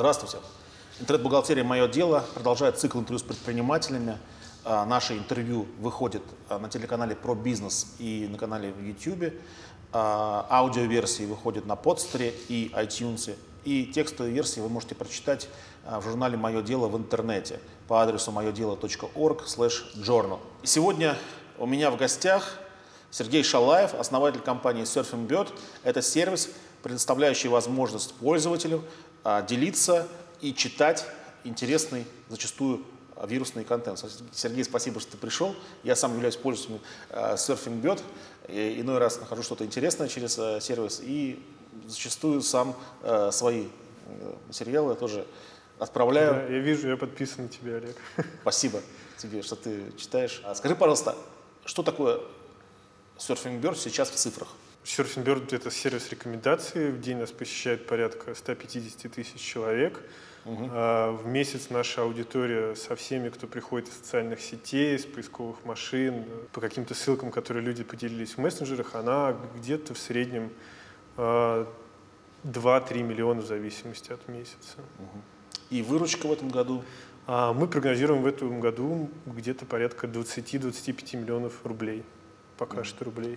Здравствуйте. Интернет-бухгалтерия «Мое дело» продолжает цикл интервью с предпринимателями. Наше интервью выходит на телеканале «Про бизнес» и на канале в YouTube. Аудиоверсии выходят на Podster и iTunes. И текстовые версии вы можете прочитать в журнале «Мое дело» в интернете по адресу moyodelo.org/journal. Сегодня у меня в гостях Сергей Шалаев, основатель компании Surfingbird. Это сервис, предоставляющий возможность пользователю делиться и читать интересный, зачастую вирусный контент. Сергей, спасибо, что ты пришел. Я сам являюсь пользователем Surfingbird. Иной раз нахожу что-то интересное через сервис и зачастую сам свои материалы тоже отправляю. Да, я вижу, я подписан на тебя, Олег. Спасибо тебе, что ты читаешь. Скажи, пожалуйста, что такое Surfingbird сейчас в цифрах? Surfingbird — это сервис рекомендаций. В день нас посещает порядка 150 тысяч человек. В месяц наша аудитория со всеми, кто приходит из социальных сетей, из поисковых машин, по каким-то ссылкам, которые люди поделились в мессенджерах, она где-то в среднем 2-3 миллиона в зависимости от месяца. И выручка в этом году? Мы прогнозируем в этом году где-то порядка 20-25 миллионов рублей. Пока что рублей.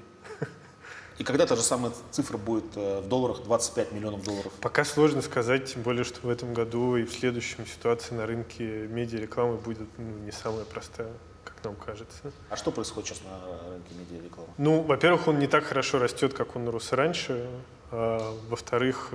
И когда та же самая цифра будет в долларах, 25 миллионов долларов? Пока сложно сказать, тем более, что в этом году и в следующем ситуация на рынке медиарекламы будет не самая простая, как нам кажется. А что происходит сейчас на рынке медиарекламы? Во-первых, он не так хорошо растет, как он рос раньше. Во-вторых,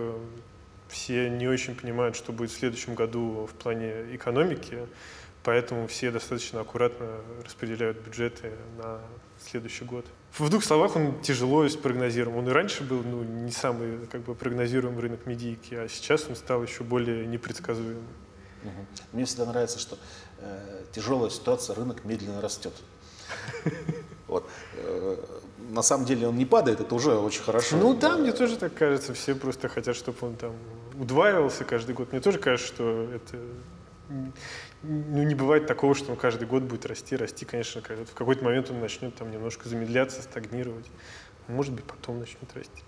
все не очень понимают, что будет в следующем году в плане экономики, поэтому все достаточно аккуратно распределяют бюджеты на следующий год. В двух словах, он тяжело спрогнозируем. Он и раньше был не самый прогнозируемый рынок медийки, а сейчас он стал еще более непредсказуемым. Мне всегда нравится, что тяжелая ситуация, рынок медленно растет. На самом деле он не падает, это уже очень хорошо. Мне тоже так кажется. Все просто хотят, чтобы он там удваивался каждый год. Мне тоже кажется, что это не бывает такого, что он каждый год будет расти. Конечно, в какой-то момент он начнет там немножко замедляться, стагнировать. Может быть, потом начнет расти.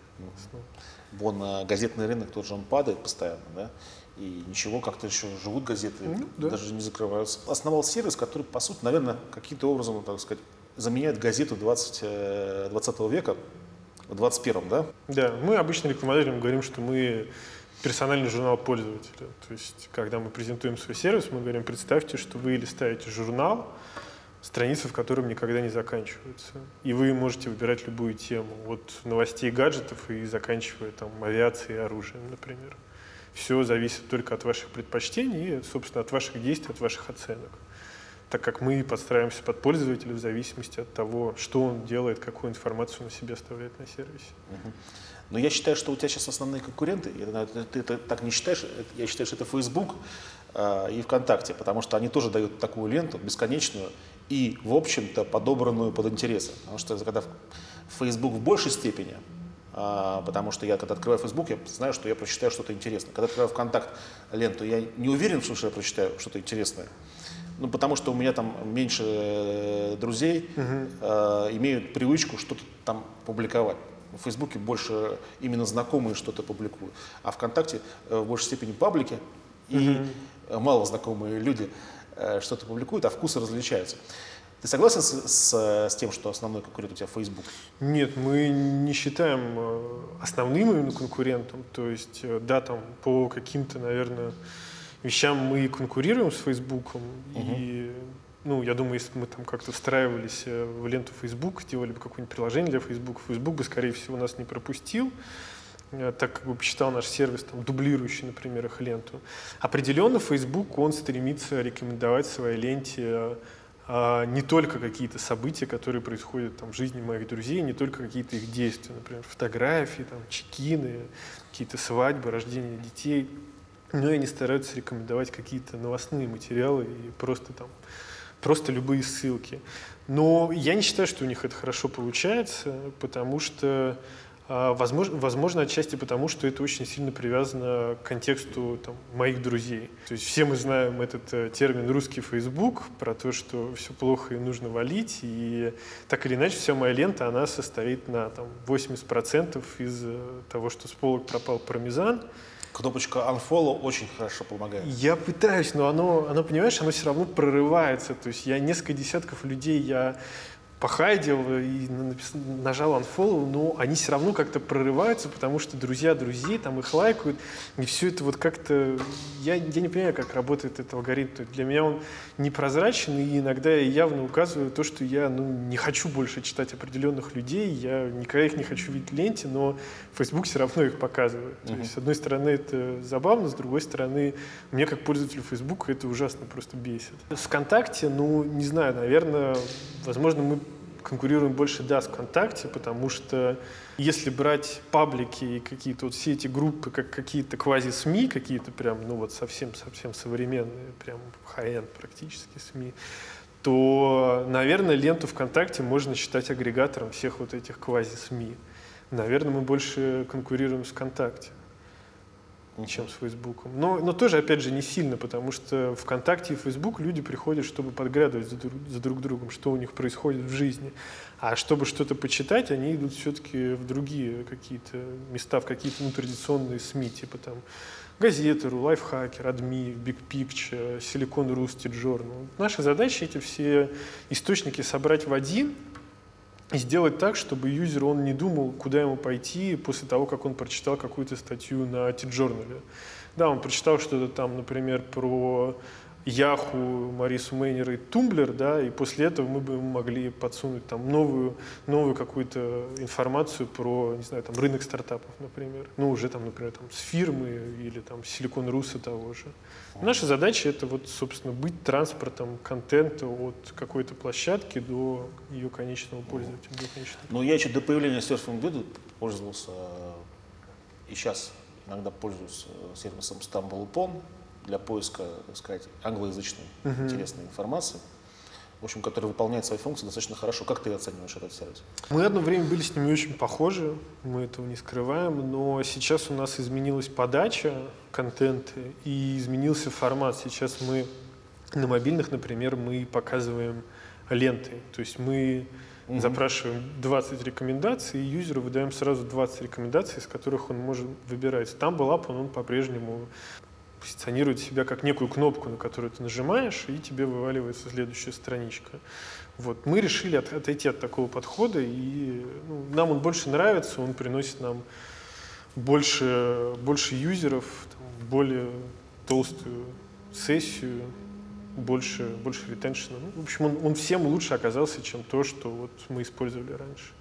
Газетный рынок тоже он падает постоянно, да? И ничего, как-то еще живут газеты, даже не закрываются. Основал сервис, который, по сути, наверное, каким-то образом, так сказать, заменяет газету 20 века в 21-м, да? Да, мы обычно рекламодателям говорим, что мы персональный журнал пользователя. То есть, когда мы презентуем свой сервис, мы говорим: представьте, что вы листаете журнал, страницы в котором никогда не заканчиваются. И вы можете выбирать любую тему, от новостей гаджетов и заканчивая авиацией и оружием, например. Все зависит только от ваших предпочтений и, собственно, от ваших действий, от ваших оценок. Так как мы подстраиваемся под пользователя в зависимости от того, что он делает, какую информацию на себе оставляет на сервисе. Но я считаю, что у тебя сейчас основные конкуренты, ты так не считаешь, я считаю, что это Facebook и ВКонтакте, потому что они тоже дают такую ленту бесконечную и, в общем-то, подобранную под интересы. Потому что когда Facebook в большей степени, потому что я, когда открываю Facebook, я знаю, что я прочитаю что-то интересное. Когда открываю ВКонтакт ленту, я не уверен, что я прочитаю что-то интересное. Потому что у меня там меньше друзей имеют привычку что-то там публиковать. В Фейсбуке больше именно знакомые что-то публикуют, а ВКонтакте в большей степени паблики и мало знакомые люди что-то публикуют, а вкусы различаются. Ты согласен с тем, что основной конкурент у тебя Facebook? Нет, мы не считаем основным именно конкурентом. То есть, да, там по каким-то, наверное, вещам мы конкурируем с Фейсбуком. И, я думаю, если бы мы там как-то встраивались в ленту Facebook, делали бы какое-нибудь приложение для Facebook, Facebook бы, скорее всего, нас не пропустил, так как бы посчитал наш сервис дублирующий, например, их ленту. Определенно Facebook, он стремится рекомендовать в своей ленте не только какие-то события, которые происходят в жизни моих друзей, не только какие-то их действия, например, фотографии, чекины, какие-то свадьбы, рождение детей, но и они стараются рекомендовать какие-то новостные материалы и просто любые ссылки. Но я не считаю, что у них это хорошо получается, потому что Возможно, отчасти потому, что это очень сильно привязано к контексту моих друзей. То есть все мы знаем этот термин «русский Facebook», про то, что все плохо и нужно валить. И так или иначе вся моя лента, она состоит на 80% из того, что с полок пропал пармезан. кнопочка unfollow очень хорошо помогает. Я пытаюсь, но оно, понимаешь, оно все равно прорывается. То есть я несколько десятков людей похайдил и нажал unfollow, но они все равно как-то прорываются, потому что друзья друзей там их лайкают, и все это вот как-то... Я не понимаю, как работает этот алгоритм. Для меня он непрозрачен, и иногда я явно указываю то, что я не хочу больше читать определенных людей, я никогда их не хочу видеть в ленте, но Facebook все равно их показывает. То есть, с одной стороны, это забавно, с другой стороны, мне как пользователю Facebook это ужасно просто бесит. ВКонтакте, не знаю, наверное, возможно, мы конкурируем больше, с ВКонтакте, потому что если брать паблики и какие-то вот все эти группы, как какие-то квази-СМИ, какие-то прям, совсем современные, прям high-end практически СМИ, то, наверное, ленту ВКонтакте можно считать агрегатором всех вот этих квази-СМИ. Наверное, мы больше конкурируем с ВКонтакте, чем с Фейсбуком. Но тоже, опять же, не сильно, потому что ВКонтакте и Фейсбук люди приходят, чтобы подглядывать за друг другом, что у них происходит в жизни. А чтобы что-то почитать, они идут все-таки в другие какие-то места, в какие-то традиционные СМИ, типа там Газетеру, Лайфхакер, Адми, Big Picture, Silicon Roost Journal. Наша задача эти все источники собрать в один и сделать так, чтобы юзер, он не думал, куда ему пойти после того, как он прочитал какую-то статью на T-Journal. Да, он прочитал что-то там, например, про Yahoo, Марису Мейнер и Tumblr, да, и после этого мы бы ему могли подсунуть там новую какую-то информацию про, не знаю, там рынок стартапов, например. Уже там, например, там с фирмы или там Silicon Roost того же. Наша задача — это вот, собственно, быть транспортом контента от какой-то площадки до ее конечного пользователя. Я еще до появления Surfing пользовался, и сейчас иногда пользуюсь сервисом StumbleUpon для поиска, так сказать, англоязычной интересной информации, в общем, который выполняет свои функции достаточно хорошо. Как ты оцениваешь этот сервис? Мы одно время были с ними очень похожи, мы этого не скрываем, но сейчас у нас изменилась подача контента и изменился формат. Сейчас мы на мобильных, например, мы показываем ленты, то есть мы запрашиваем 20 рекомендаций, и юзеру выдаем сразу 20 рекомендаций, из которых он может выбирать. StumbleUpon, он по-прежнему позиционирует себя как некую кнопку, на которую ты нажимаешь, и тебе вываливается следующая страничка. Вот. Мы решили отойти от такого подхода, и нам он больше нравится, он приносит нам больше юзеров, более толстую сессию, больше ретеншена. В общем, он всем лучше оказался, чем то, что вот мы использовали раньше.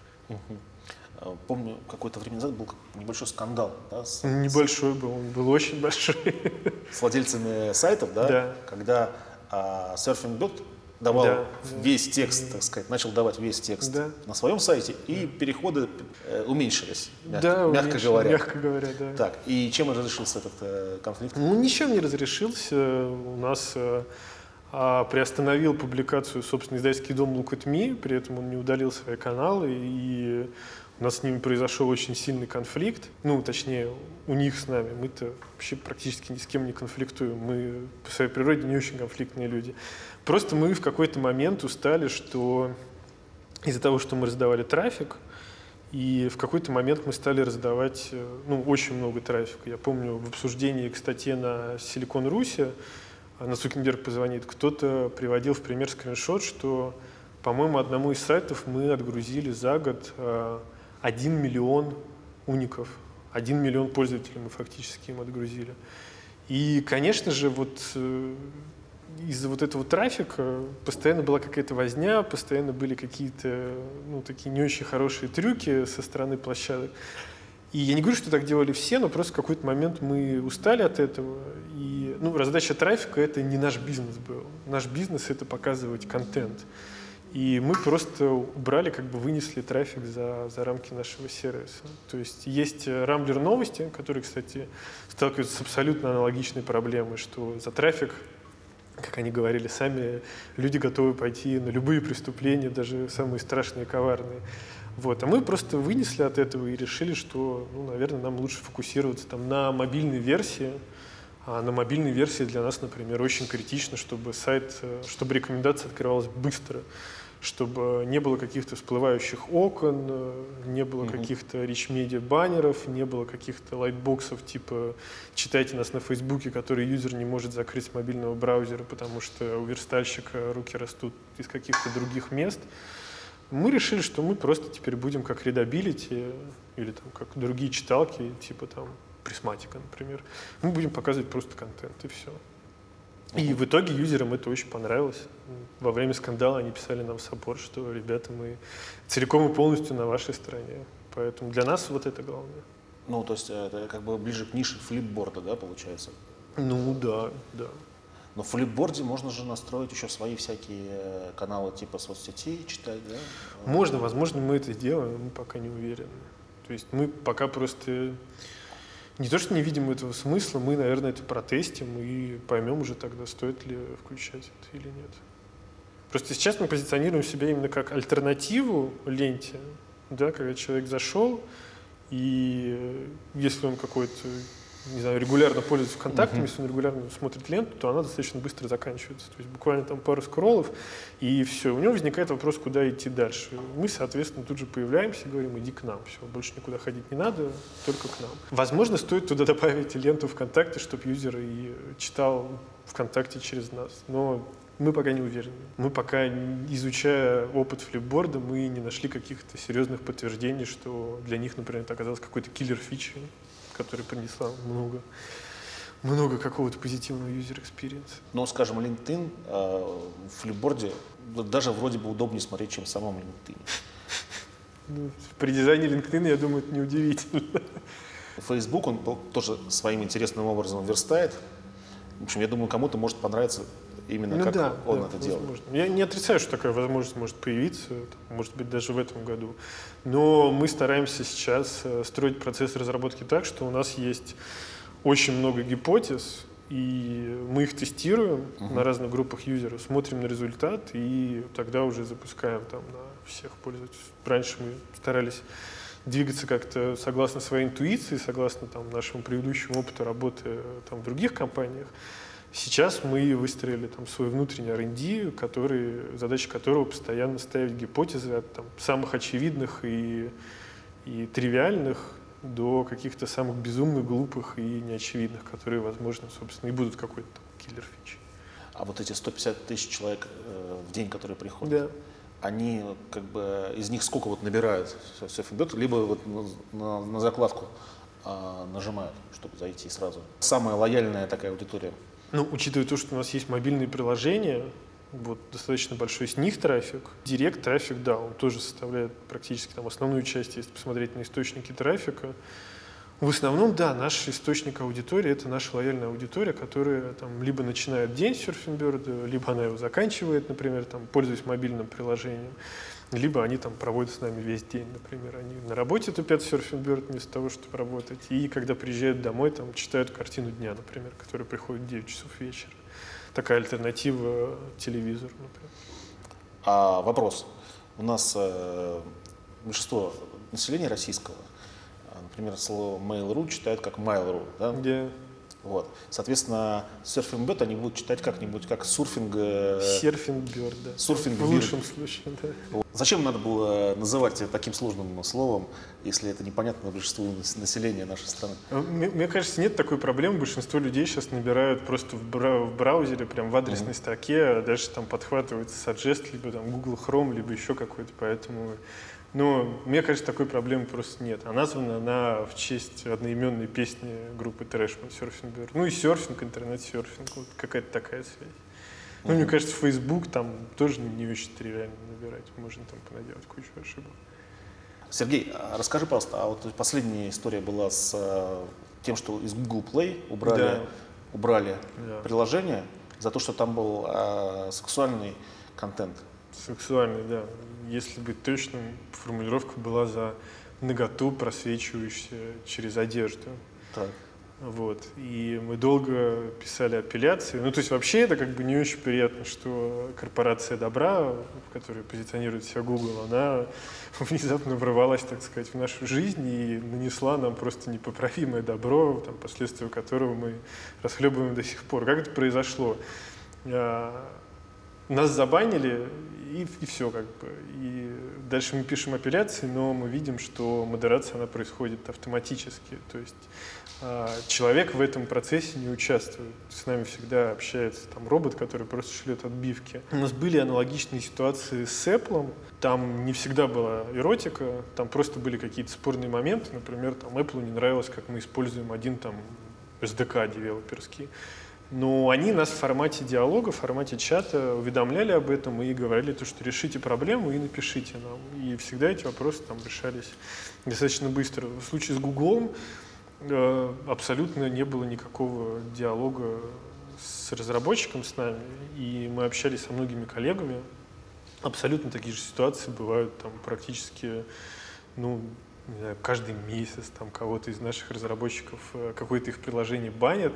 Помню, какое-то время назад был небольшой скандал. Да, небольшой был, он был очень большой. С владельцами сайтов, да? Когда SurfingBird давал весь текст, так сказать, начал давать весь текст на своем сайте, и переходы уменьшились, мягко говоря. Мягко говоря, да. Так, и чем разрешился этот конфликт? Ничем не разрешился. У нас приостановил публикацию, собственно, издательский дом Look at Me, при этом он не удалил свои каналы, и у нас с ними произошел очень сильный конфликт. Точнее, у них с нами. Мы-то вообще практически ни с кем не конфликтуем. Мы по своей природе не очень конфликтные люди. Просто мы в какой-то момент устали, что из-за того, что мы раздавали трафик, и в какой-то момент мы стали раздавать очень много трафика. Я помню, в обсуждении к статье на Silicon Roost на Цукерберг позвонит, кто-то приводил в пример скриншот, что, по-моему, одному из сайтов мы отгрузили за год 1 миллион уников. 1 миллион пользователей мы фактически им отгрузили. И, конечно же, из-за вот этого трафика постоянно была какая-то возня, постоянно были какие-то такие не очень хорошие трюки со стороны площадок. И я не говорю, что так делали все, но просто в какой-то момент мы устали от этого. И раздача трафика — это не наш бизнес был. Наш бизнес — это показывать контент. И мы просто убрали, вынесли трафик за рамки нашего сервиса. То есть Rambler новости, которые, кстати, сталкиваются с абсолютно аналогичной проблемой, что за трафик, как они говорили сами, люди готовы пойти на любые преступления, даже самые страшные и коварные. А мы просто вынесли от этого и решили, что, наверное, нам лучше фокусироваться на мобильной версии. А на мобильной версии для нас, например, очень критично, чтобы рекомендация открывалась быстро. чтобы не было каких-то всплывающих окон, не было каких-то rich-media баннеров, не было каких-то лайтбоксов типа «читайте нас на Фейсбуке», который юзер не может закрыть с мобильного браузера, потому что у верстальщика руки растут из каких-то других мест. Мы решили, что мы просто теперь будем как Readability или там, как другие читалки, типа там Prismatica, например. Мы будем показывать просто контент, и все. И в итоге юзерам это очень понравилось. Во время скандала они писали нам в саппорт, что ребята, мы целиком и полностью на вашей стороне. Поэтому для нас вот это главное. Ну, то есть это как бы ближе к нише флипборда, да, получается? Ну, да, да. Но в флипборде можно же настроить еще свои всякие каналы типа соцсетей, читать, да? Можно, возможно, мы это сделаем, но мы пока не уверены. То есть мы пока просто не то, что не видим этого смысла, мы, наверное, это протестим и поймем уже тогда, стоит ли включать это или нет. Просто сейчас мы позиционируем себя именно как альтернативу ленте, да, когда человек зашел, и если он какой-то, не знаю, регулярно пользуется ВКонтактом, если он регулярно смотрит ленту, то она достаточно быстро заканчивается. То есть буквально там пару скроллов, и все. У него возникает вопрос, куда идти дальше. Мы, соответственно, тут же появляемся и говорим, иди к нам. Все, больше никуда ходить не надо, только к нам. Возможно, стоит туда добавить ленту ВКонтакте, чтобы юзер и читал ВКонтакте через нас. Но мы пока не уверены. Мы пока, изучая опыт флипборда, мы не нашли каких-то серьезных подтверждений, что для них, например, это оказалось какой-то киллер-фичей, которая принесла много какого-то позитивного юзер-экспириенса. Но, скажем, LinkedIn в флипборде даже вроде бы удобнее смотреть, чем в самом LinkedIn. Ну, при дизайне LinkedIn, я думаю, это неудивительно. Facebook, он тоже своим интересным образом верстает. В общем, я думаю, кому-то может понравиться именно как он это делает. Я не отрицаю, что такая возможность может появиться, может быть, даже в этом году. Но мы стараемся сейчас строить процесс разработки так, что у нас есть очень много гипотез, и мы их тестируем на разных группах юзеров, смотрим на результат, и тогда уже запускаем там на всех пользователей. Раньше мы старались двигаться как-то согласно своей интуиции, согласно там, нашему предыдущему опыту работы там, в других компаниях. Сейчас мы выстроили там, свой внутренний R&D, задача которого постоянно ставить гипотезы от там, самых очевидных и тривиальных до каких-то самых безумных, глупых и неочевидных, которые, возможно, собственно, и будут какой-то киллер-фичей. А вот эти 150 тысяч человек в день, которые приходят, да. Они как бы из них сколько вот набирают серфинг-бот, либо вот на закладку нажимают, чтобы зайти сразу. Самая лояльная такая аудитория. Ну, учитывая то, что у нас есть мобильные приложения, вот достаточно большой с них трафик. Директ-трафик, да, он тоже составляет практически там основную часть, если посмотреть на источники трафика. В основном, да, наш источник аудитории — это наша лояльная аудитория, которая там либо начинает день с серфинг-бёрда, либо она его заканчивает, например, там, пользуясь мобильным приложением, либо они там проводят с нами весь день, например. Они на работе тупят серфинг-бёрд вместо того, чтобы работать, и когда приезжают домой, там, читают картину дня, например, которая приходит в 9 часов вечера. Такая альтернатива телевизору, например. А вопрос. У нас большинство населения российского, например, слово Mail.ru читают как Mail.ru, да? Yeah. Вот. Соответственно, серфинг-бёрд они будут читать как-нибудь как сурфинг... Серфинг-бёрд, да. Сурфинг-бирд. В лучшем случае, да. Вот. Зачем надо было называть это таким сложным словом, если это непонятно большинству населения нашей страны? Мне кажется, нет такой проблемы. Большинство людей сейчас набирают просто в браузере, прям в адресной строке, а дальше там подхватывается Suggest, либо там Google Chrome, либо еще какой-то, поэтому... Но мне кажется, такой проблемы просто нет. А названа она в честь одноименной песни группы Трэшман «Серфинг-бёрд». Ну и серфинг, интернет-серфинг, вот какая-то такая связь. Ну, мне кажется, Facebook там тоже не очень тривиально набирать. Можно там понаделать кучу ошибок. Сергей, расскажи, пожалуйста, а вот последняя история была с тем, что из Google Play убрали приложение за то, что там был сексуальный контент. Сексуальный, да. Если быть точным, формулировка была за наготу, просвечивающую через одежду. Так. Вот. И мы долго писали апелляции. Ну, то есть вообще это как бы не очень приятно, что корпорация добра, в которой позиционирует себя Google, она внезапно ворвалась, так сказать, в нашу жизнь и нанесла нам просто непоправимое добро, там, последствия которого мы расхлебываем до сих пор. Как это произошло? Нас забанили, и все как бы. И дальше мы пишем апелляции, но мы видим, что модерация, она происходит автоматически. То есть человек в этом процессе не участвует. С нами всегда общается там робот, который просто шлет отбивки. У нас были аналогичные ситуации с Apple. Там не всегда была эротика, там просто были какие-то спорные моменты. Например, там Apple не нравилось, как мы используем один там SDK девелоперский. Но они нас в формате диалога, в формате чата уведомляли об этом и говорили, что решите проблему и напишите нам. И всегда эти вопросы там решались достаточно быстро. В случае с Гуглом абсолютно не было никакого диалога с разработчиком с нами, и мы общались со многими коллегами. Абсолютно такие же ситуации бывают там практически, не знаю, каждый месяц там кого-то из наших разработчиков какое-то их приложение банят,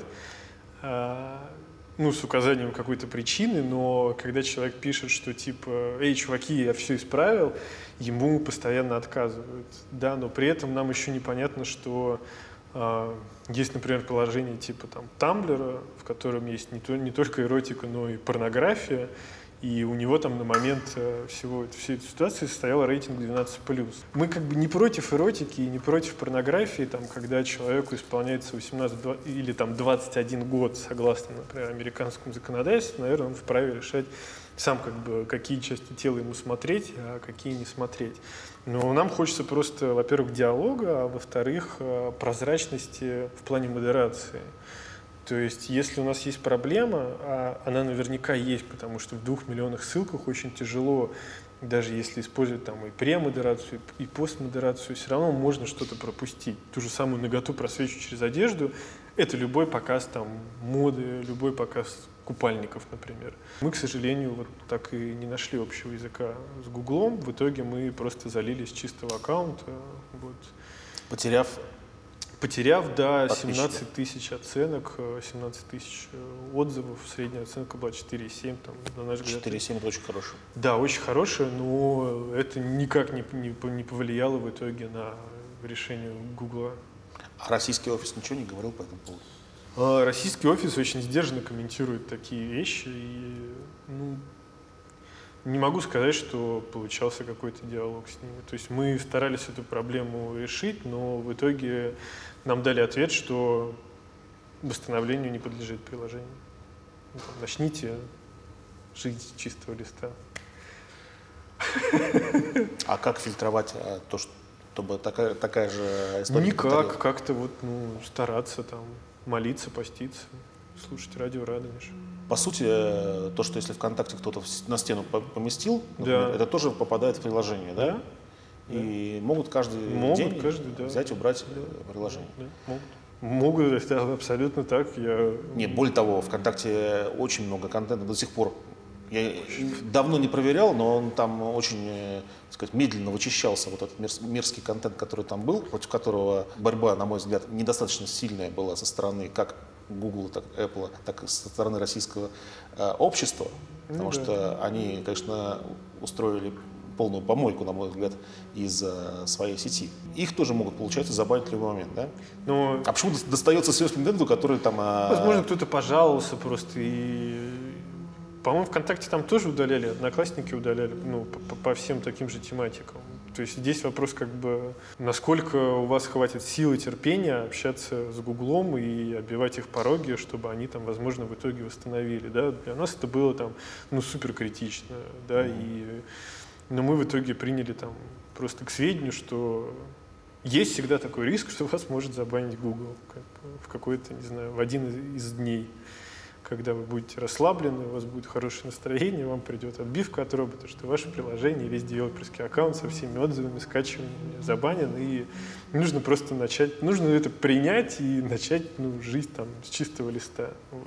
с указанием какой-то причины, но когда человек пишет, что типа «Эй, чуваки, я все исправил», ему постоянно отказывают. Да, но при этом нам еще непонятно, что есть, например, приложение типа там Тамблера, в котором есть не только эротика, но и порнография, и у него там на момент всей этой ситуации состоял рейтинг 12+. Мы как бы не против эротики и не против порнографии, там, когда человеку исполняется 18 или там 21 год, согласно, например, американскому законодательству, наверное, он вправе решать сам, как бы, какие части тела ему смотреть, а какие не смотреть. Но нам хочется просто, во-первых, диалога, а во-вторых, прозрачности в плане модерации. То есть, если у нас есть проблема, а она наверняка есть, потому что в 2 миллионах ссылках очень тяжело, даже если использовать там и премодерацию, и постмодерацию, все равно можно что-то пропустить. Ту же самую наготу просвечу через одежду — это любой показ там моды, любой показ купальников, например. Мы, к сожалению, вот так и не нашли общего языка с Гуглом. В итоге мы просто залили с чистого аккаунта. Вот. Потеряв, да, 17 тысяч оценок, 17 тысяч отзывов, средняя оценка была 4,7, там, на наш взгляд. 4,7 — это очень хорошо. Да, очень хорошая, но это никак не повлияло в итоге на решение Гугла. А российский офис ничего не говорил по этому поводу? Российский офис очень сдержанно комментирует такие вещи, и не могу сказать, что получался какой-то диалог с ними. То есть мы старались эту проблему решить, но в итоге нам дали ответ, что восстановлению не подлежит приложение. Начните жить с чистого листа. А как фильтровать то, чтобы такая же история? Никак, как-то стараться там, молиться, поститься, слушать радио Радонеж. По сути, то, что если ВКонтакте кто-то на стену поместил, например, это тоже попадает в приложение, да? И могут каждый день взять и убрать приложение. Да, могут, это абсолютно так. Нет, более того, ВКонтакте очень много контента до сих пор. Я давно не проверял, но он там очень, так сказать, медленно вычищался, вот этот мерзкий контент, который там был, против которого борьба, на мой взгляд, недостаточно сильная была со стороны как Google, так Apple, так и со стороны российского общества, потому что они, конечно, устроили полную помойку, на мой взгляд, из своей сети. Их тоже могут, получается, забанить в любой момент, да? А почему достается сверхконтенту, который там... Возможно, кто-то пожаловался просто и... По-моему, ВКонтакте там тоже удаляли, Одноклассники удаляли, по всем таким же тематикам. То есть здесь вопрос как бы, насколько у вас хватит силы, терпения общаться с Гуглом и оббивать их пороги, чтобы они там, возможно, в итоге восстановили, да. Для нас это было там, супер критично, да, но мы в итоге приняли там просто к сведению, что есть всегда такой риск, что вас может забанить Google в какой-то, не знаю, в один из дней. Когда вы будете расслаблены, у вас будет хорошее настроение, вам придет отбивка от робота, что ваше приложение, весь девелоперский аккаунт со всеми отзывами, скачиваниями забанен, и нужно просто нужно это принять и начать жить там с чистого листа. Вот.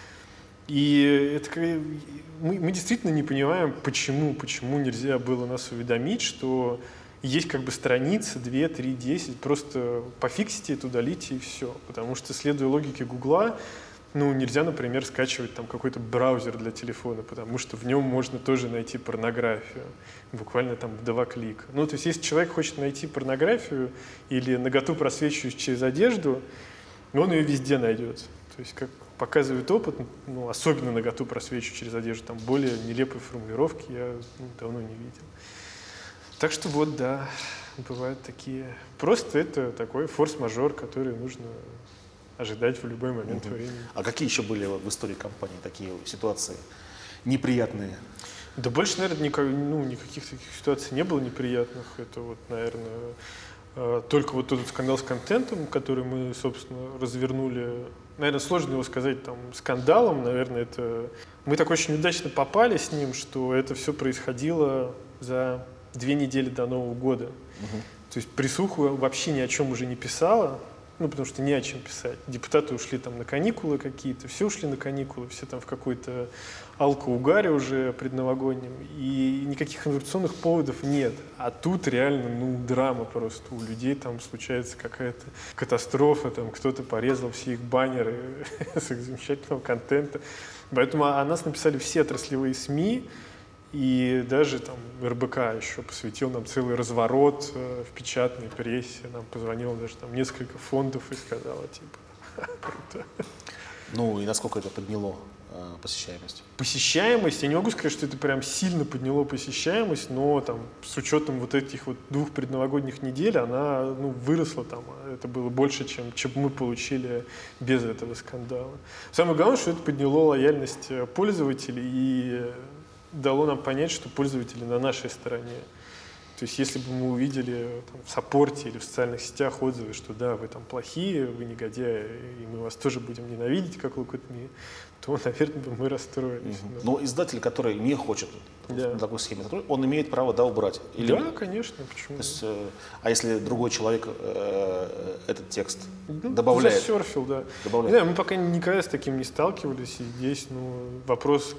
И это, мы действительно не понимаем, почему нельзя было нас уведомить, что есть как бы страницы 2, 3, 10, просто пофиксите это, удалите и все. Потому что, следуя логике Гугла, нельзя, например, скачивать там какой-то браузер для телефона, потому что в нем можно тоже найти порнографию, буквально там в 2 клика. То есть, если человек хочет найти порнографию или наготу просвечивающую через одежду, он ее везде найдет. То есть, как показывает опыт, ну, особенно наготу просвечу через одежду, там более нелепые формулировки я давно не видел. Так что вот, да, бывают такие. Просто это такой форс-мажор, который нужно ожидать в любой момент времени. А какие еще были в истории компании такие ситуации неприятные? Да больше, наверное, никаких таких ситуаций не было неприятных. Это вот, наверное, только вот тот скандал с контентом, который мы, собственно, развернули. Наверное, сложно его сказать там скандалом, наверное, это... Мы так очень удачно попали с ним, что это все происходило за 2 недели до Нового года. То есть присуха вообще ни о чем уже не писала, ну, потому что не о чем писать. Депутаты ушли там на каникулы какие-то, все ушли на каникулы, все там в какой-то алко-угаре уже предновогоднем, и никаких информационных поводов нет. А тут реально, ну, драма просто. У людей там случается какая-то катастрофа, там кто-то порезал все их баннеры с их замечательного контента. Поэтому о нас написали все отраслевые СМИ, и даже там РБК еще посвятил нам целый разворот в печатной прессе, нам позвонило даже там несколько фондов и сказала, типа, круто. Ну и насколько это подняло посещаемость? Посещаемость, я не могу сказать, что это прям сильно подняло посещаемость, но там с учетом вот этих вот 2 предновогодних недель она, ну, выросла там, это было больше, чем мы получили без этого скандала. Самое главное, что это подняло лояльность пользователей и дало нам понять, что пользователи на нашей стороне. То есть если бы мы увидели там, в саппорте или в социальных сетях отзывы, что да, вы там плохие, вы негодяи, и мы вас тоже будем ненавидеть, как Look@Me, то, наверное, бы мы расстроились. Но издатель, который не хочет на такой схеме, он имеет право, да, убрать? Или... Да, конечно, почему? То есть, а если другой человек этот текст добавляет? Засерфил, да. Добавляет. Не знаю, мы пока никогда с таким не сталкивались, и здесь, вопрос...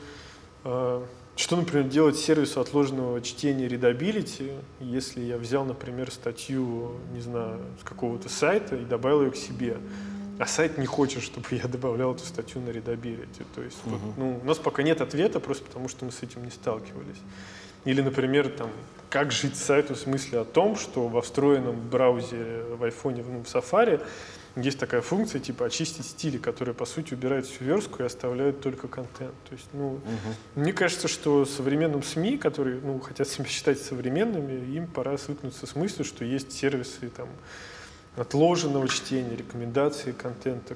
Что, например, делать сервису отложенного чтения readability, если я взял, например, статью, не знаю, с какого-то сайта и добавил ее к себе, а сайт не хочет, чтобы я добавлял эту статью на readability. То есть вот, у нас пока нет ответа, просто потому что мы с этим не сталкивались. Или, например, там, как жить сайту в смысле о том, что во встроенном браузере в айфоне, в Safari, есть такая функция, типа очистить стили, которая, по сути, убирает всю верстку и оставляет только контент. То есть, мне кажется, что современным СМИ, которые, хотят себя считать современными, им пора свыкнуться с мыслью, что есть сервисы там, отложенного чтения, рекомендации контента,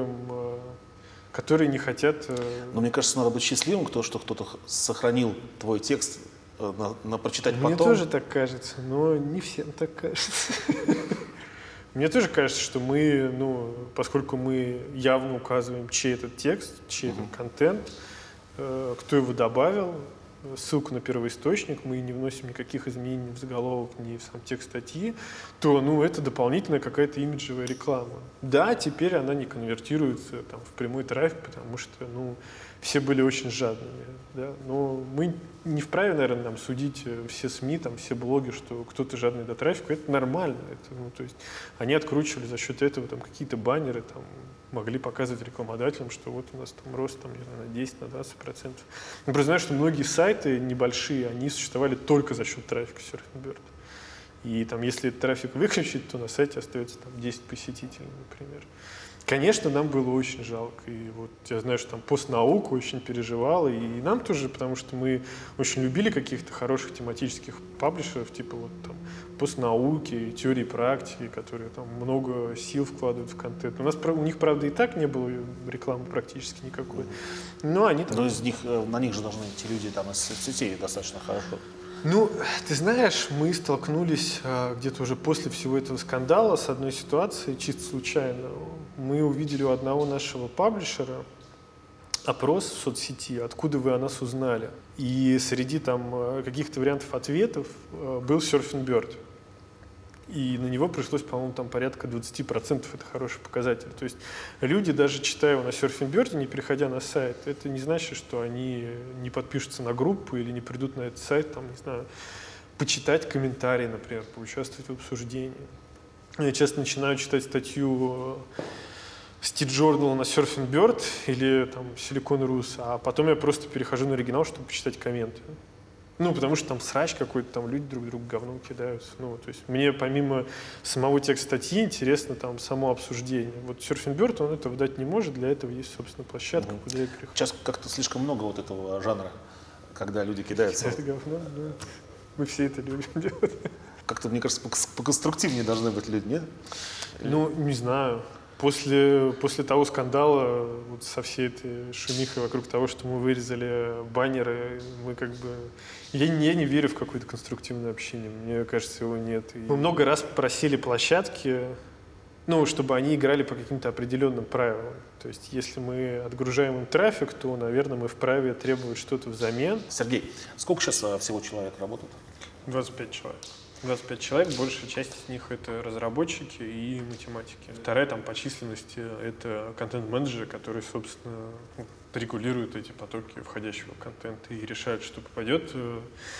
которые не хотят... Но мне кажется, надо быть счастливым, что кто-то сохранил твой текст на прочитать потом. Мне тоже так кажется, но не всем так кажется. Мне тоже кажется, что мы, поскольку мы явно указываем, чей этот текст, чей этот контент, кто его добавил, ссылку на первоисточник, мы не вносим никаких изменений в заголовок, ни в сам текст статьи, то, это дополнительная какая-то имиджевая реклама. Да, теперь она не конвертируется там, в прямой трафик, потому что, все были очень жадными, да, но мы не вправе, наверное, нам судить все СМИ, там, все блоги, что кто-то жадный до трафика, это нормально, то есть они откручивали за счет этого там какие-то баннеры, там, могли показывать рекламодателям, что вот у нас там рост там, на 10, на 20%. Я просто знаю, что многие сайты небольшие, они существовали только за счет трафика Surfingbird. И там, если этот трафик выключить, то на сайте остается там 10 посетителей, например. Конечно, нам было очень жалко. И вот я знаю, что там постнаука очень переживала, и нам тоже, потому что мы очень любили каких-то хороших тематических паблишеров, типа вот там постнауки, теории практики, которые там много сил вкладывают в контент. У них, правда, и так не было рекламы практически никакой. Но они там... Но на них же должны идти люди там из соцсетей достаточно хорошо. Ты знаешь, мы столкнулись где-то уже после всего этого скандала с одной ситуацией, чисто случайно. Мы увидели у одного нашего паблишера опрос в соцсети, откуда вы о нас узнали. И среди там каких-то вариантов ответов был Surfingbird. И на него пришлось, по-моему, там порядка 20%, это хороший показатель. То есть люди, даже читая его на Surfingbird, не переходя на сайт, это не значит, что они не подпишутся на группу или не придут на этот сайт, там, не знаю, почитать комментарии, например, поучаствовать в обсуждении. Я часто начинаю читать статью Street Journal на Surfingbird или там Silicon Rus, а потом я просто перехожу на оригинал, чтобы почитать комменты. Ну, потому что там срач какой-то, там люди друг другу говном кидаются. Ну, то есть мне помимо самого текста статьи интересно там само обсуждение. Вот Surfing Bird, он этого дать не может, для этого есть, собственно, площадка, куда я прихожу. Сейчас как-то слишком много вот этого жанра, когда люди кидаются. Это говно, да. Мы все это любим делать. Как-то, мне кажется, поконструктивнее должны быть люди, нет? Ну, не знаю. После того скандала, вот со всей этой шумихой вокруг того, что мы вырезали баннеры, мы как бы... Я не верю в какое-то конструктивное общение. Мне кажется, его нет. И мы много раз просили площадки, ну, чтобы они играли по каким-то определенным правилам. То есть, если мы отгружаем им трафик, то, наверное, мы вправе требовать что-то взамен. Сергей, сколько сейчас всего человек работает? 25 человек. 25 человек, большая часть из них это разработчики и математики. Вторая там по численности это контент-менеджеры, которые, собственно, регулируют эти потоки входящего контента и решают, что попадет в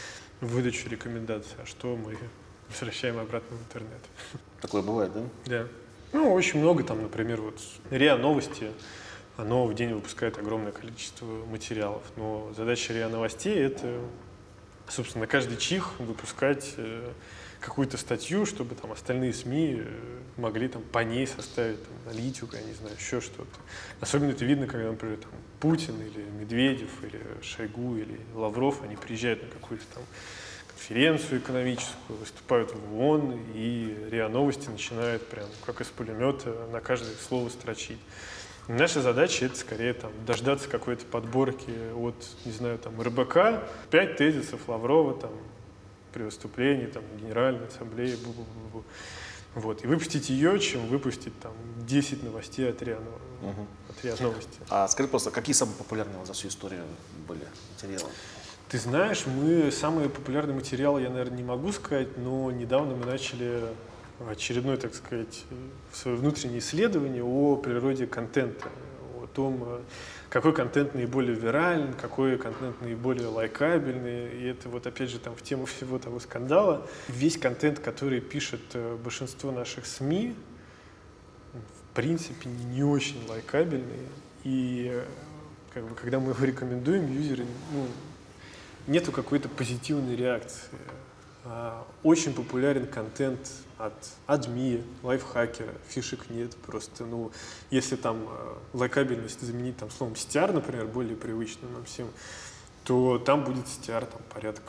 выдачу рекомендаций, а что мы возвращаем обратно в интернет. Такое бывает, да? Да. Ну, очень много там, например, вот РИА Новости, оно в день выпускает огромное количество материалов, но задача РИА Новостей это, собственно, на каждый чих выпускать какую-то статью, чтобы там остальные СМИ могли там по ней составить там, аналитику, я не знаю, еще что-то. Особенно это видно, когда, например, там, Путин или Медведев или Шойгу или Лавров, они приезжают на какую-то там конференцию экономическую, выступают в ООН, и РИА Новости начинают прям как из пулемета на каждое слово строчить. Наша задача это скорее там, дождаться какой-то подборки от, не знаю, там, РБК, 5 тезисов Лаврова там, при выступлении там, Генеральной Ассамблеи, бу-бу-бу-бу. Вот, и выпустить ее, чем выпустить там, 10 новостей от РИА Новости. А скажи просто, какие самые популярные за всю историю были материалы? Ты знаешь, мы самые популярные материалы, я, наверное, не могу сказать, но недавно мы начали очередное, так сказать, свое внутреннее исследование о природе контента, о том, какой контент наиболее вирален, какой контент наиболее лайкабельный. И это вот опять же там в тему всего того скандала. Весь контент, который пишет большинство наших СМИ, в принципе, не очень лайкабельный. И как бы, когда мы его рекомендуем, юзеры, нету какой-то позитивной реакции. Очень популярен контент от адми, лайфхакера, фишек нет. Просто, если там лайкабельность заменить там словом стиар, например, более привычным нам всем, то там будет стиар там, порядка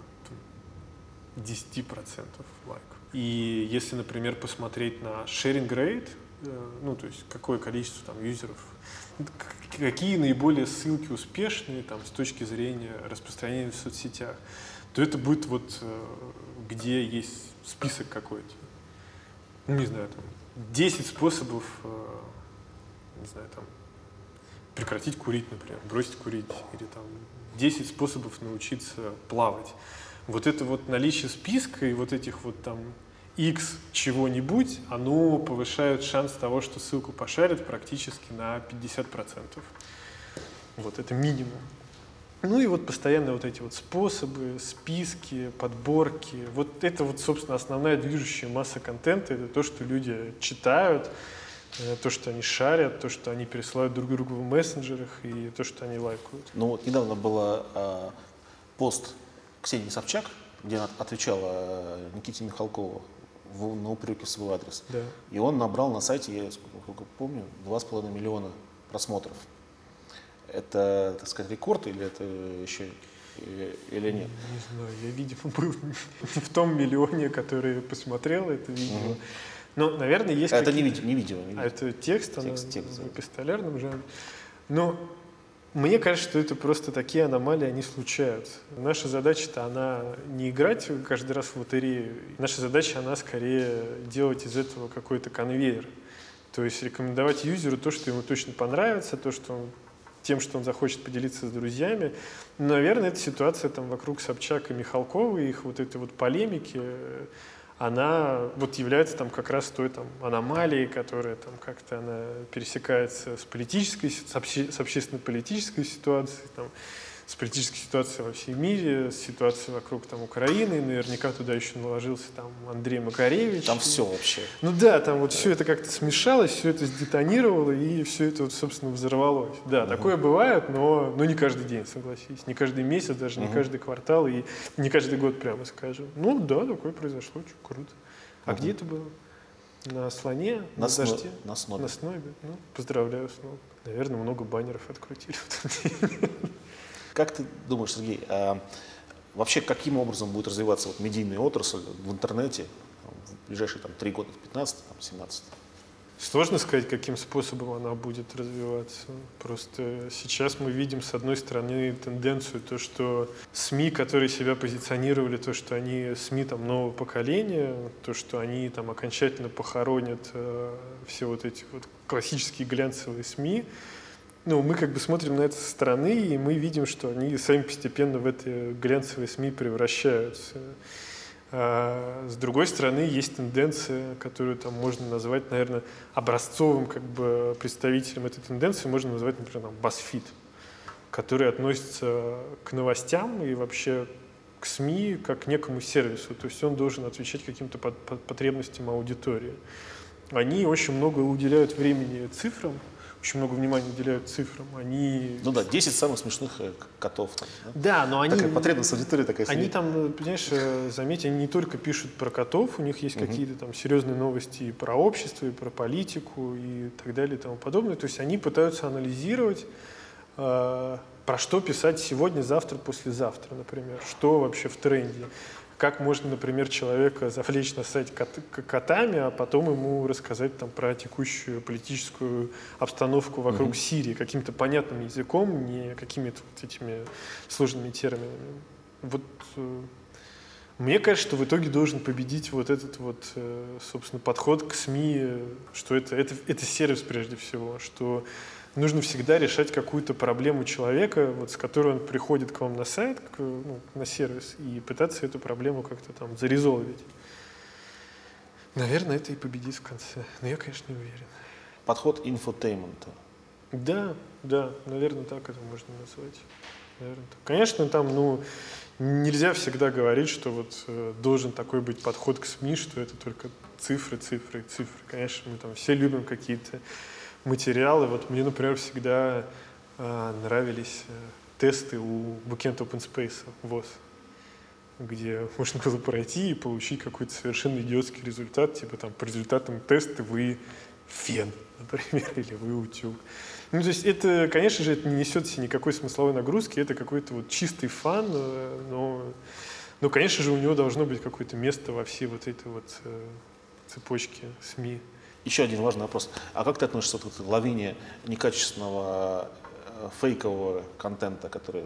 10% лайк. И если, например, посмотреть на sharing rate, то есть какое количество там юзеров, какие наиболее ссылки успешные там, с точки зрения распространения в соцсетях, то это будет вот где есть список какой-то. Не знаю, там 10 способов, не знаю, там прекратить курить, например, бросить курить, или там 10 способов научиться плавать. Вот это вот наличие списка и вот этих вот там X чего-нибудь, оно повышает шанс того, что ссылку пошарят практически на 50%. Вот это минимум. Ну и вот постоянно вот эти вот способы, списки, подборки. Вот это вот, собственно, основная движущая масса контента. Это то, что люди читают, то, что они шарят, то, что они пересылают друг другу в мессенджерах и то, что они лайкают. Ну вот недавно был пост Ксении Собчак, где она отвечала Никите Михалкову на упреки в свой адрес. Да. И он набрал на сайте, я сколько помню, 2,5 миллиона просмотров. Это, так сказать, рекорд или это еще или нет? Не знаю, я, видимо, был не в том миллионе, который посмотрел это видео. Но, наверное, есть это не видео. А это текст, текст в эпистолярном жанре. Но мне кажется, что это просто такие аномалии, они случаются. Наша задача-то, она не играть каждый раз в лотерею. Наша задача, она скорее делать из этого какой-то конвейер. То есть рекомендовать юзеру то, что ему точно понравится, тем, что он захочет поделиться с друзьями. Но, наверное, эта ситуация там вокруг Собчак и Михалкова, их вот этой вот полемики, она вот является там как раз той там аномалией, которая там как-то она пересекается с политической, с общественно-политической ситуацией, там, с политической ситуацией во всем мире, с ситуацией вокруг там Украины, наверняка туда еще наложился там Андрей Макаревич. Там все вообще. Ну да, там вот все это как-то смешалось, все это сдетонировало, и все это, вот, собственно, взорвалось. Да, такое бывает, но не каждый день, согласись. Не каждый месяц, даже не каждый квартал, и не каждый год, прямо скажем. Ну да, такое произошло, очень круто. А где это было? На слоне? На дожде? на снобе. На снобе. Ну, поздравляю, сноб. Наверное, много баннеров открутили в тот день. Как ты думаешь, Сергей, вообще каким образом будет развиваться вот медийная отрасль в интернете в ближайшие 3 года, 15, 17? Сложно сказать, каким способом она будет развиваться. Просто сейчас мы видим, с одной стороны, тенденцию, то, что СМИ, которые себя позиционировали, то, что они СМИ нового поколения, то, что они окончательно похоронят все вот эти вот классические глянцевые СМИ. Ну, мы смотрим на это со стороны, и мы видим, что они сами постепенно в эти глянцевые СМИ превращаются. С другой стороны, есть тенденция, которую можно назвать, наверное, образцовым представителем этой тенденции, можно назвать, например, BuzzFeed, который относится к новостям и вообще к СМИ как к некому сервису. То есть он должен отвечать каким-то потребностям аудитории. Они очень много уделяют времени цифрам, очень много внимания уделяют цифрам. Они... Ну да, 10 самых смешных котов. Да, но они... Такая потребность аудитории такая. Они понимаешь, заметь, они не только пишут про котов, у них есть какие-то серьезные новости и про общество, и про политику, и так далее, и тому подобное. То есть они пытаются анализировать, про что писать сегодня, завтра, послезавтра, например. Что вообще в тренде. Как можно, например, человека завлечь на сайт котами, а потом ему рассказать про текущую политическую обстановку вокруг Сирии каким-то понятным языком, не какими-то вот этими сложными терминами. Вот мне кажется, что в итоге должен победить вот этот вот, собственно, подход к СМИ, что это сервис прежде всего, что нужно всегда решать какую-то проблему человека, вот, с которой он приходит к вам на сайт, на сервис, и пытаться эту проблему как-то зарезолвить. Наверное, это и победит в конце. Но я, конечно, не уверен. Подход инфотеймента. Да, наверное, так это можно назвать. Наверное, так. Конечно, нельзя всегда говорить, что вот должен такой быть подход к СМИ, что это только цифры. Конечно, мы все любим какие-то материалы. Вот мне, например, всегда нравились тесты у Bookend Open Space ВОС, где можно было пройти и получить какой-то совершенно идиотский результат, типа по результатам теста вы фен, например, или вы утюг. Ну, то есть это, конечно же, это не несет в себе никакой смысловой нагрузки, это какой-то вот чистый фан, но, конечно же, у него должно быть какое-то место во всей вот этой вот цепочке СМИ. Еще один важный вопрос. А как ты относишься к лавине некачественного фейкового контента, который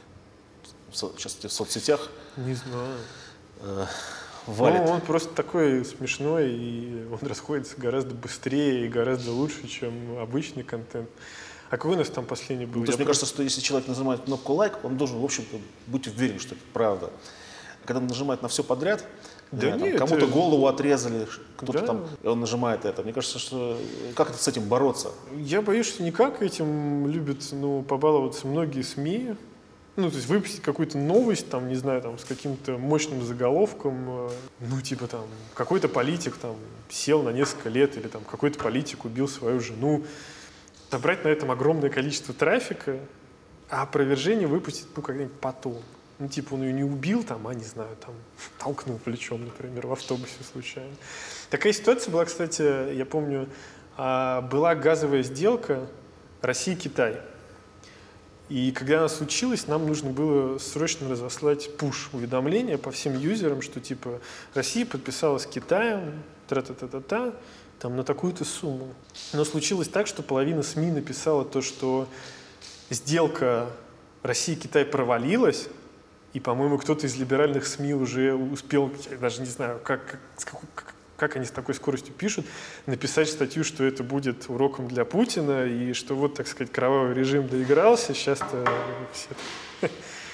сейчас в соцсетях? Не знаю. Валит? Он просто такой смешной, и он расходится гораздо быстрее и гораздо лучше, чем обычный контент. А какой у нас там последний был? То есть мне кажется, что если человек нажимает кнопку «лайк», он должен, в общем-то, быть уверен, что это правда. Когда он нажимает на все подряд, кому-то голову отрезали, кто-то он нажимает это. Мне кажется, что как это с этим бороться? Я боюсь, что никак. Этим любят побаловаться многие СМИ. То есть выпустить какую-то новость, не знаю, с каким-то мощным заголовком, какой-то политик сел на несколько лет, или какой-то политик убил свою жену, собрать на этом огромное количество трафика, а опровержение выпустить, когда-нибудь потом. Он ее не убил, не знаю, толкнул плечом, например, в автобусе случайно. Такая ситуация была, кстати, я помню, была газовая сделка Россия-Китай. И когда она случилась, нам нужно было срочно разослать пуш-уведомления по всем юзерам, что Россия подписалась с Китаем, тра-та-та-та-та, на такую-то сумму. Но случилось так, что половина СМИ написала то, что сделка Россия-Китай провалилась, и, по-моему, кто-то из либеральных СМИ уже успел, я даже не знаю, как они с такой скоростью пишут, написать статью, что это будет уроком для Путина, и что вот, так сказать, кровавый режим доигрался, сейчас-то все.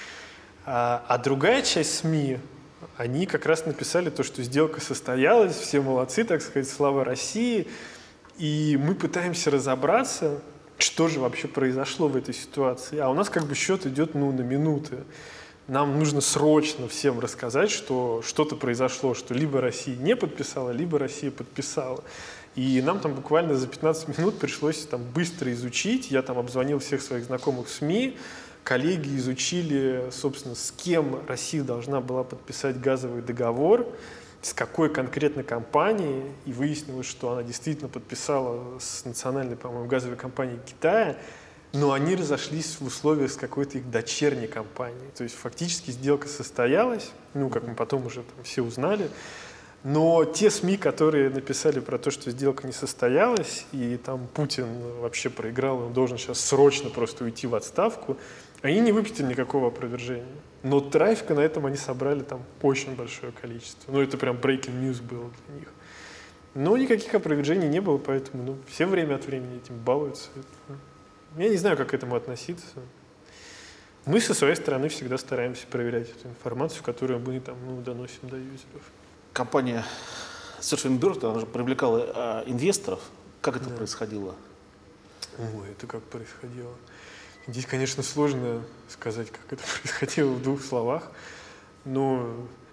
А другая часть СМИ, они как раз написали то, что сделка состоялась, все молодцы, так сказать, слава России, и мы пытаемся разобраться, что же вообще произошло в этой ситуации. А у нас как бы счет идет на минуты. Нам нужно срочно всем рассказать, что что-то произошло, что либо Россия не подписала, либо Россия подписала. И нам там буквально за 15 минут пришлось там быстро изучить. Я там обзвонил всех своих знакомых в СМИ. Коллеги изучили, собственно, с кем Россия должна была подписать газовый договор, с какой конкретно компанией. И выяснилось, что она действительно подписала с национальной, по-моему, газовой компанией Китая. Но они разошлись в условиях с какой-то их дочерней компанией. То есть фактически сделка состоялась, как мы потом уже там все узнали. Но те СМИ, которые написали про то, что сделка не состоялась, и там Путин вообще проиграл, он должен сейчас срочно просто уйти в отставку, они не выпустили никакого опровержения. Но трафика на этом они собрали там очень большое количество. Это прям breaking news было для них. Но никаких опровержений не было, поэтому все время от времени этим балуются. Я не знаю, как к этому относиться. Мы со своей стороны всегда стараемся проверять эту информацию, которую мы там, доносим до юзеров. Компания Surfing Bird, она же привлекала инвесторов. Как это происходило? Это как происходило? Здесь, конечно, сложно сказать, как это происходило в двух словах. Но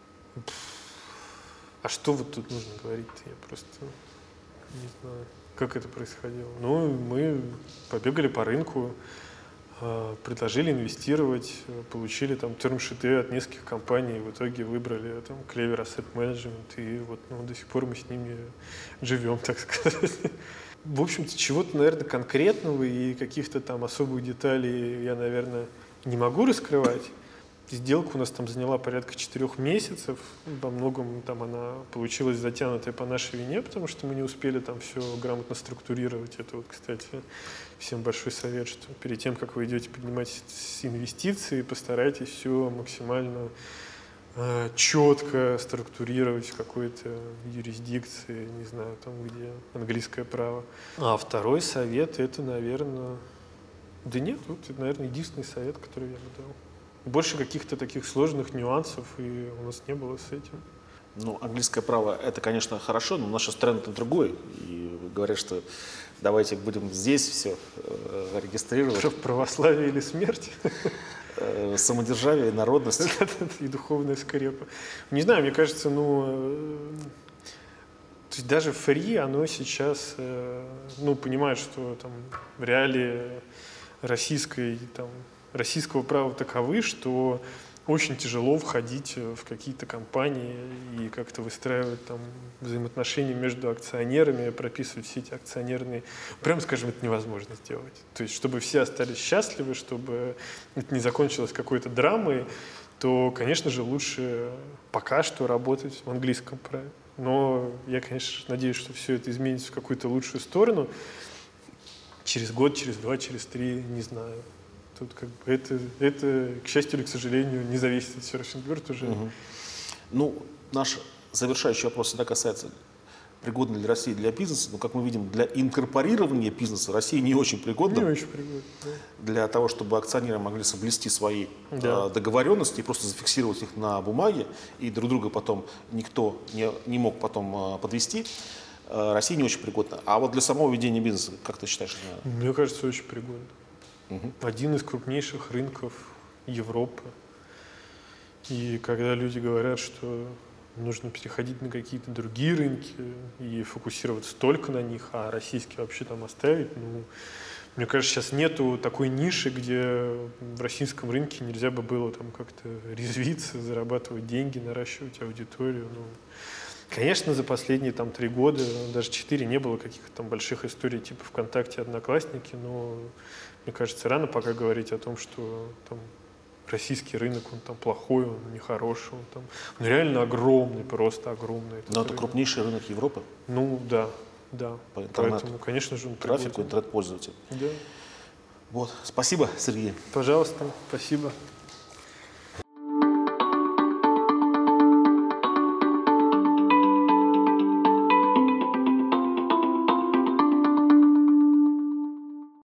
а что вот тут нужно говорить-то? Я просто не знаю, как это происходило. Мы побегали по рынку, предложили инвестировать, получили там термшиты от нескольких компаний, в итоге выбрали там Clever Asset Management, и до сих пор мы с ними живем, так сказать. В общем-то, чего-то, наверное, конкретного и каких-то там особых деталей я, наверное, не могу раскрывать. Сделка у нас там заняла порядка 4 месяцев. Во многом там она получилась затянутая по нашей вине, потому что мы не успели там все грамотно структурировать. Это кстати, всем большой совет, что перед тем, как вы идете поднимать инвестиции, постарайтесь все максимально четко структурировать в какой-то юрисдикции, не знаю, там, где английское право. А второй совет, это, наверное... Да нет, это, наверное, единственный совет, который я бы дал. Больше каких-то таких сложных нюансов и у нас не было с этим. Английское право – это, конечно, хорошо, но наша страна это другой. И говорят, что давайте будем здесь все регистрировать. Что, православие или смерть? Самодержавие, народность. И духовная скрепа. Не знаю, мне кажется, то есть даже фри, оно сейчас, понимает, что там в реалии российского права таковы, что очень тяжело входить в какие-то компании и как-то выстраивать там взаимоотношения между акционерами, прописывать все эти акционерные... Прямо скажем, это невозможно сделать. То есть, чтобы все остались счастливы, чтобы это не закончилось какой-то драмой, то, конечно же, лучше пока что работать в английском праве. Но я, конечно, надеюсь, что все это изменится в какую-то лучшую сторону. Через год, через 2, через 3, не знаю. Тут как бы это, к счастью или к сожалению, не зависит от Surfing Bird уже. Наш завершающий вопрос всегда касается пригодной ли России для бизнеса, но, как мы видим, для инкорпорирования бизнеса Россия не очень пригодна. Не очень пригодна, да. Для того, чтобы акционеры могли соблюсти свои договоренности и просто зафиксировать их на бумаге, и друг друга потом никто не мог потом подвести, Россия не очень пригодна. А вот для самого ведения бизнеса, как ты считаешь? Мне кажется, очень пригодна. Один из крупнейших рынков Европы. И когда люди говорят, что нужно переходить на какие-то другие рынки и фокусироваться только на них, а российские вообще там оставить, мне кажется, сейчас нету такой ниши, где в российском рынке нельзя бы было там как-то резвиться, зарабатывать деньги, наращивать аудиторию. Конечно, за последние 3 года, даже 4, не было каких-то там больших историй типа ВКонтакте, Одноклассники, но мне кажется, рано пока говорить о том, что там российский рынок, он там плохой, он нехороший, он реально огромный, просто огромный. Но это крупнейший рынок Европы? Да. По интернету. Поэтому, конечно же, он трафику, интернет-пользователь. Да. Спасибо, Сергей. Пожалуйста, спасибо.